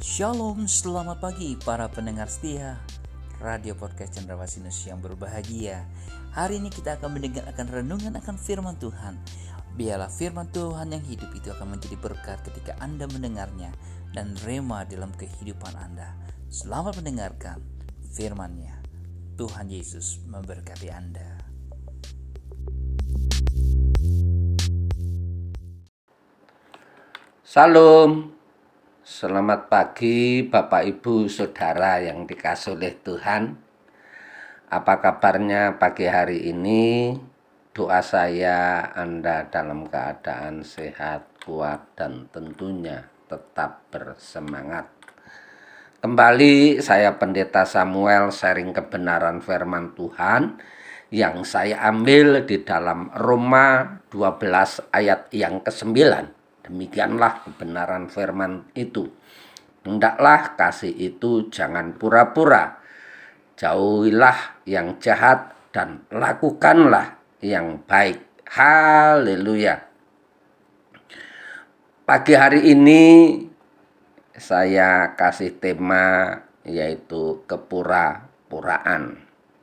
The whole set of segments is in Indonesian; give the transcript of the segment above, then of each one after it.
Shalom, selamat pagi para pendengar setia Radio Podcast Cenderawasih yang berbahagia. Hari ini kita akan mendengar renungan akan firman Tuhan. Biarlah firman Tuhan yang hidup itu akan menjadi berkat ketika Anda mendengarnya dan rema dalam kehidupan Anda. Selamat mendengarkan firman-Nya. Tuhan Yesus memberkati Anda. Salam, selamat pagi Bapak Ibu Saudara yang dikasihi oleh Tuhan. Apa kabarnya pagi hari ini? Doa saya Anda dalam keadaan sehat, kuat, dan tentunya tetap bersemangat. Kembali saya Pendeta Samuel sharing kebenaran firman Tuhan yang saya ambil di dalam Roma 12 ayat yang ke-9. Demikianlah kebenaran firman itu. Hendaklah kasih itu jangan pura-pura. Jauhilah yang jahat dan lakukanlah yang baik. Haleluya. Pagi hari ini saya kasih tema yaitu kepura-puraan.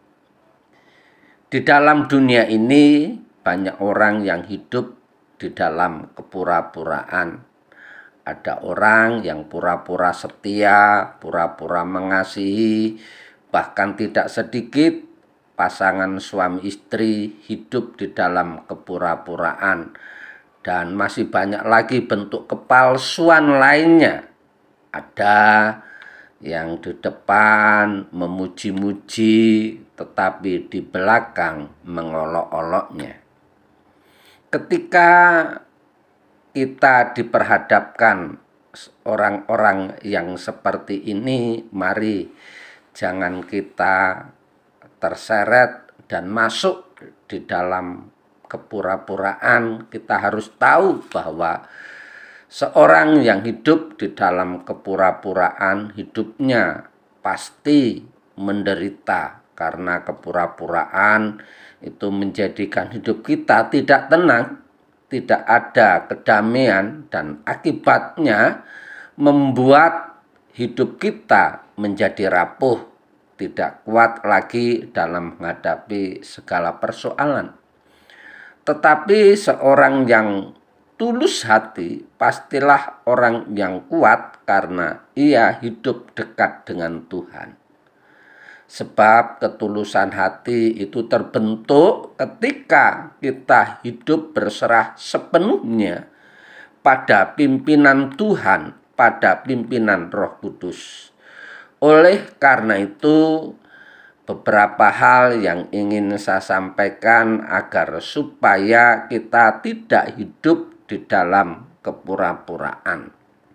Di dalam dunia ini banyak orang yang hidup di dalam kepura-puraan. Ada orang yang pura-pura setia, pura-pura mengasihi, bahkan tidak sedikit pasangan suami istri hidup di dalam kepura-puraan. Dan masih banyak lagi bentuk kepalsuan lainnya. Ada yang di depan memuji-muji, tetapi di belakang mengolok-oloknya. Ketika kita diperhadapkan orang-orang yang seperti ini, mari jangan kita terseret dan masuk di dalam kepura-puraan. Kita harus tahu bahwa seorang yang hidup di dalam kepura-puraan, hidupnya pasti menderita karena kepura-puraan itu menjadikan hidup kita tidak tenang, tidak ada kedamaian, dan akibatnya membuat hidup kita menjadi rapuh, tidak kuat lagi dalam menghadapi segala persoalan. Tetapi seorang yang tulus hati pastilah orang yang kuat karena ia hidup dekat dengan Tuhan. Sebab ketulusan hati itu terbentuk ketika kita hidup berserah sepenuhnya pada pimpinan Tuhan, pada pimpinan Roh Kudus. Oleh karena itu, beberapa hal yang ingin saya sampaikan agar supaya kita tidak hidup di dalam kepura-puraan.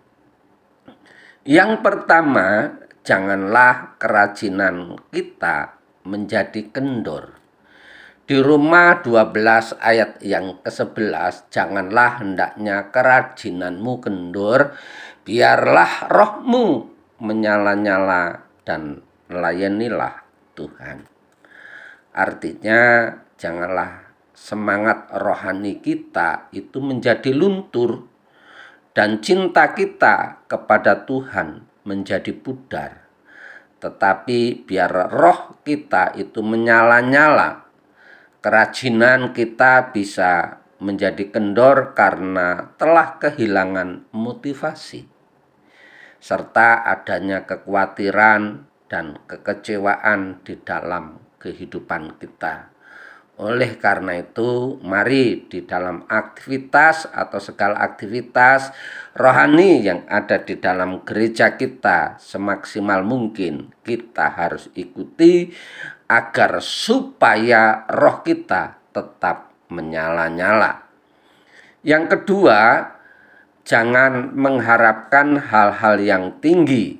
Yang pertama, janganlah kerajinan kita menjadi kendor. Di Roma 12 ayat yang ke-11, janganlah hendaknya kerajinanmu kendor, biarlah rohmu menyala-nyala dan layanilah Tuhan. Artinya, janganlah semangat rohani kita itu menjadi luntur dan cinta kita kepada Tuhan menjadi pudar. Tetapi biar roh kita itu menyala-nyala, kerajinan kita bisa menjadi kendor karena telah kehilangan motivasi, serta adanya kekhawatiran dan kekecewaan di dalam kehidupan kita. Oleh karena itu, mari di dalam aktivitas atau segala aktivitas rohani yang ada di dalam gereja kita semaksimal mungkin kita harus ikuti agar supaya roh kita tetap menyala-nyala. Yang kedua, jangan mengharapkan hal-hal yang tinggi.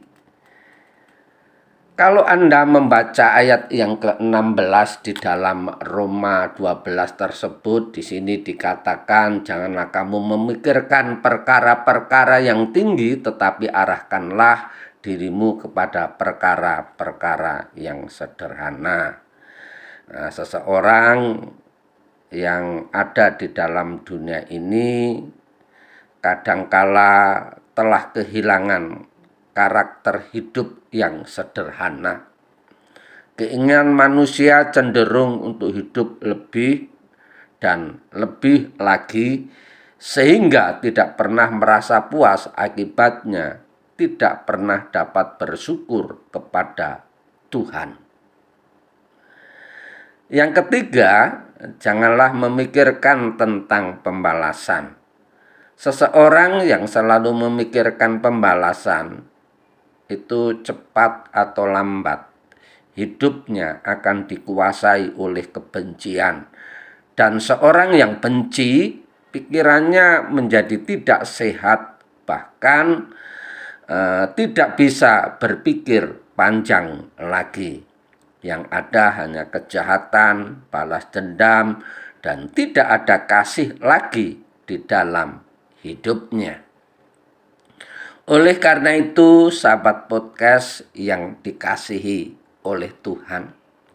Kalau Anda membaca ayat yang ke-16 di dalam Roma 12 tersebut, di sini dikatakan janganlah kamu memikirkan perkara-perkara yang tinggi, tetapi arahkanlah dirimu kepada perkara-perkara yang sederhana. Nah, seseorang yang ada di dalam dunia ini kadangkala telah kehilangan karakter hidup yang sederhana. Keinginan manusia cenderung untuk hidup lebih dan lebih lagi, sehingga tidak pernah merasa puas, akibatnya tidak pernah dapat bersyukur kepada Tuhan. Yang ketiga, janganlah memikirkan tentang pembalasan. Seseorang yang selalu memikirkan pembalasan itu cepat atau lambat hidupnya akan dikuasai oleh kebencian. Dan seorang yang benci, pikirannya menjadi tidak sehat, bahkan tidak bisa berpikir panjang lagi. Yang ada hanya kejahatan, balas dendam, dan tidak ada kasih lagi di dalam hidupnya. Oleh karena itu, sahabat podcast yang dikasihi oleh Tuhan,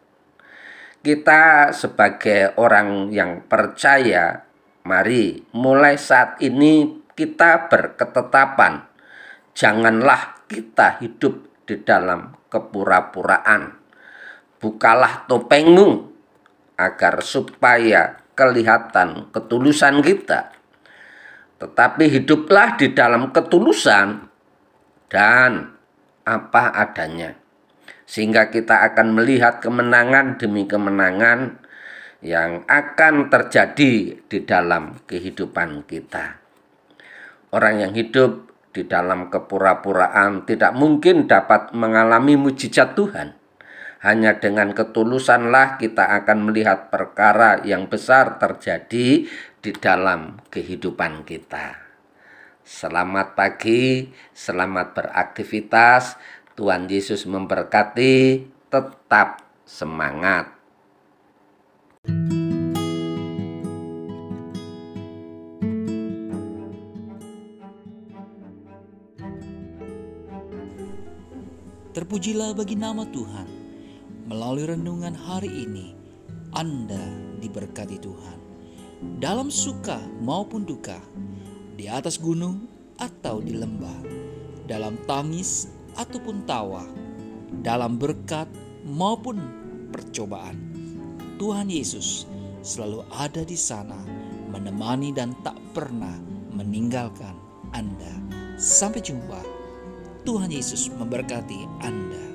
kita sebagai orang yang percaya, mari mulai saat ini kita berketetapan, janganlah kita hidup di dalam kepura-puraan. Bukalah topengmu agar supaya kelihatan ketulusan kita. Tetapi hiduplah di dalam ketulusan dan apa adanya, sehingga kita akan melihat kemenangan demi kemenangan yang akan terjadi di dalam kehidupan kita. Orang yang hidup di dalam kepura-puraan tidak mungkin dapat mengalami mujizat Tuhan. Hanya dengan ketulusanlah kita akan melihat perkara yang besar terjadi di dalam kehidupan kita. Selamat pagi, selamat beraktivitas. Tuhan Yesus memberkati, tetap semangat. Terpujilah bagi nama Tuhan. Melalui renungan hari ini, Anda diberkati Tuhan. Dalam suka maupun duka, di atas gunung atau di lembah, dalam tangis ataupun tawa, dalam berkat maupun percobaan, Tuhan Yesus selalu ada di sana, menemani dan tak pernah meninggalkan Anda. Sampai jumpa. Tuhan Yesus memberkati Anda.